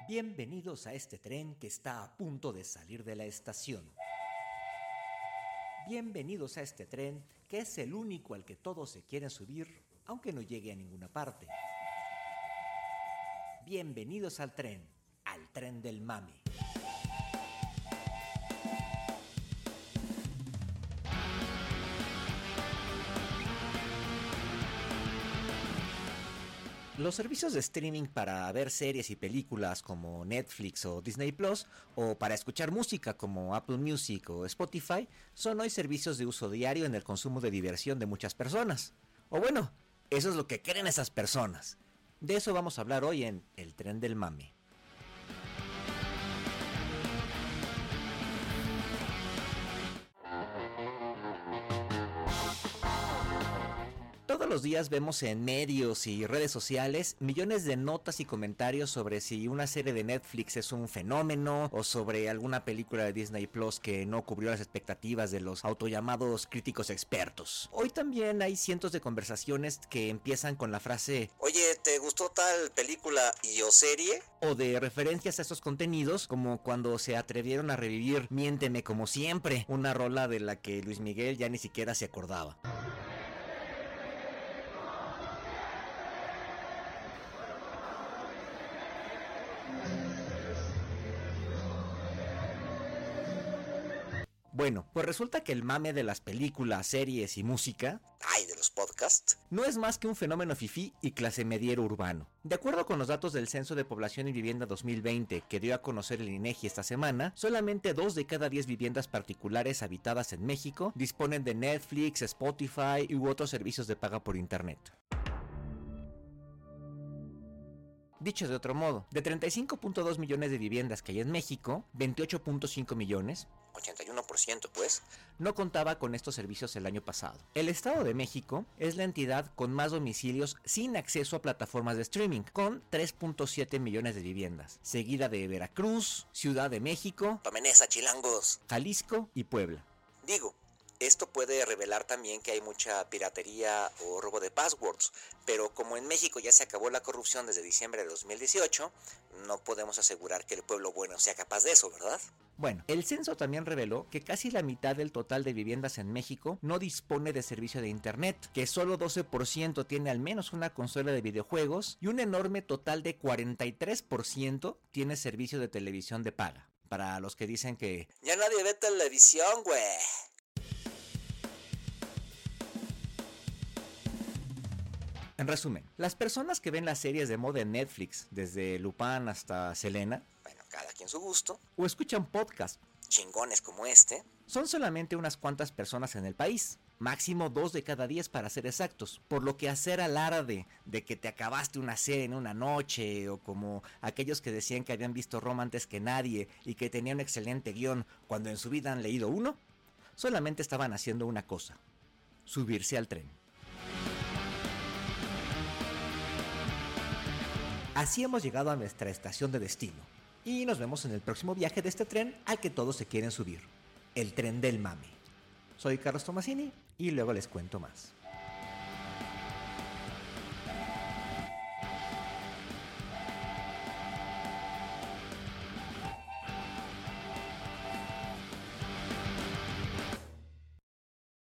Bienvenidos a este tren que está a punto de salir de la estación. Bienvenidos a este tren que es el único al que todos se quieren subir, aunque no llegue a ninguna parte. Bienvenidos al tren del mame. Los servicios de streaming para ver series y películas como Netflix o Disney Plus, o para escuchar música como Apple Music o Spotify, son hoy servicios de uso diario en el consumo de diversión de muchas personas. O bueno, eso es lo que creen esas personas. De eso vamos a hablar hoy en El Tren del Mame. Todos los días vemos en medios y redes sociales millones de notas y comentarios sobre si una serie de Netflix es un fenómeno o sobre alguna película de Disney Plus que no cubrió las expectativas de los autollamados críticos expertos. Hoy también hay cientos de conversaciones que empiezan con la frase "Oye, ¿te gustó tal película y o serie?" o de referencias a estos contenidos, como cuando se atrevieron a revivir Miénteme como siempre, una rola de la que Luis Miguel ya ni siquiera se acordaba. Bueno, pues resulta que el mame de las películas, series y música, de los podcasts, no es más que un fenómeno fifí y clase mediero urbano. De acuerdo con los datos del Censo de Población y Vivienda 2020 que dio a conocer el INEGI esta semana, solamente 2 de cada 10 viviendas particulares habitadas en México disponen de Netflix, Spotify u otros servicios de paga por internet. Dicho de otro modo, de 35.2 millones de viviendas que hay en México, 28.5 millones, 81% pues, no contaba con estos servicios el año pasado. El Estado de México es la entidad con más domicilios sin acceso a plataformas de streaming, con 3.7 millones de viviendas, seguida de Veracruz, Ciudad de México, tomen esa, chilangos. Jalisco y Puebla. Digo, esto puede revelar también que hay mucha piratería o robo de passwords, pero como en México ya se acabó la corrupción desde diciembre de 2018, no podemos asegurar que el pueblo bueno sea capaz de eso, ¿verdad? Bueno, el censo también reveló que casi la mitad del total de viviendas en México no dispone de servicio de internet, que solo 12% tiene al menos una consola de videojuegos y un enorme total de 43% tiene servicio de televisión de paga. Para los que dicen que ya nadie ve televisión, güey. En resumen, las personas que ven las series de moda en Netflix, desde Lupin hasta Selena, bueno, cada quien su gusto, o escuchan podcasts chingones como este, son solamente unas cuantas personas en el país, máximo 2 de cada 10 para ser exactos, por lo que hacer alarde de que te acabaste una serie en una noche, o como aquellos que decían que habían visto Roma antes que nadie y que tenían un excelente guión cuando en su vida han leído uno, solamente estaban haciendo una cosa: subirse al tren. Así hemos llegado a nuestra estación de destino, y nos vemos en el próximo viaje de este tren al que todos se quieren subir, el tren del mame. Soy Carlos Tomasini y luego les cuento más.